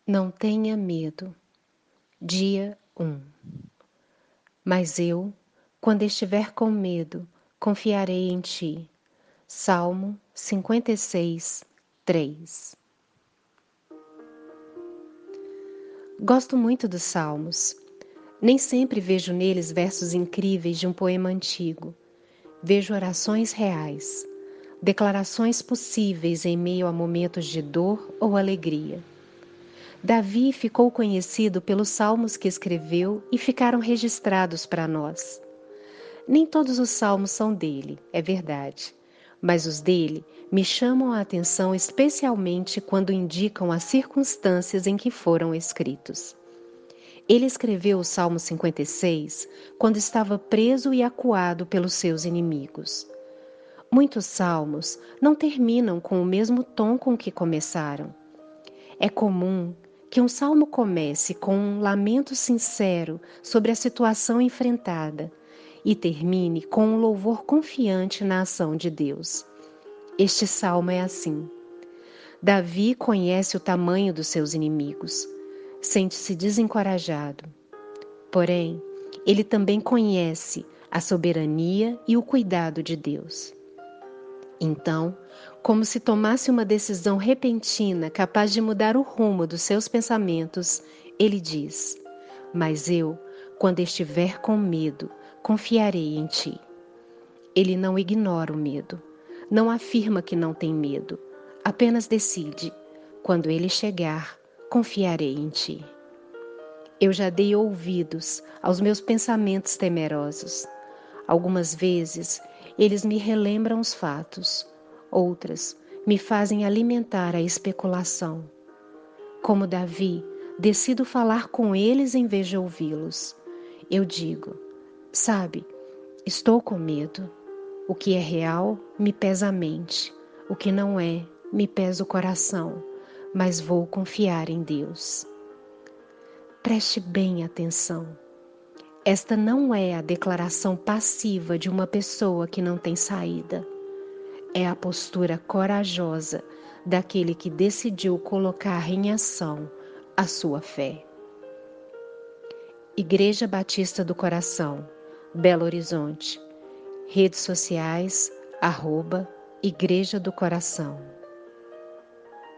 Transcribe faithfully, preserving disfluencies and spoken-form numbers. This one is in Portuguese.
Não tenha medo. Dia um. Mas eu, quando estiver com medo, confiarei em ti. Salmo cinquenta e seis, três. Gosto muito dos Salmos. Nem sempre vejo neles versos incríveis de um poema antigo. Vejo orações reais, declarações possíveis em meio a momentos de dor ou alegria. Davi ficou conhecido pelos salmos que escreveu e ficaram registrados para nós. Nem todos os salmos são dele, é verdade, mas os dele me chamam a atenção especialmente quando indicam as circunstâncias em que foram escritos. Ele escreveu o Salmo cinquenta e seis quando estava preso e acuado pelos seus inimigos. Muitos salmos não terminam com o mesmo tom com que começaram. É comum que um salmo comece com um lamento sincero sobre a situação enfrentada e termine com um louvor confiante na ação de Deus. Este salmo é assim. Davi conhece o tamanho dos seus inimigos, sente-se desencorajado. Porém, ele também conhece a soberania e o cuidado de Deus. Então, como se tomasse uma decisão repentina capaz de mudar o rumo dos seus pensamentos, ele diz: Mas eu, quando estiver com medo, confiarei em ti. Ele não ignora o medo, não afirma que não tem medo, apenas decide: quando ele chegar, confiarei em ti. Eu já dei ouvidos aos meus pensamentos temerosos. Algumas vezes, eles me relembram os fatos, outras me fazem alimentar a especulação. Como Davi, decido falar com eles em vez de ouvi-los. Eu digo, sabe, estou com medo. O que é real me pesa a mente, o que não é me pesa o coração, mas vou confiar em Deus. Preste bem atenção. Esta não é a declaração passiva de uma pessoa que não tem saída. É a postura corajosa daquele que decidiu colocar em ação a sua fé. Igreja Batista do Coração, Belo Horizonte. Redes sociais, arroba Igreja do Coração.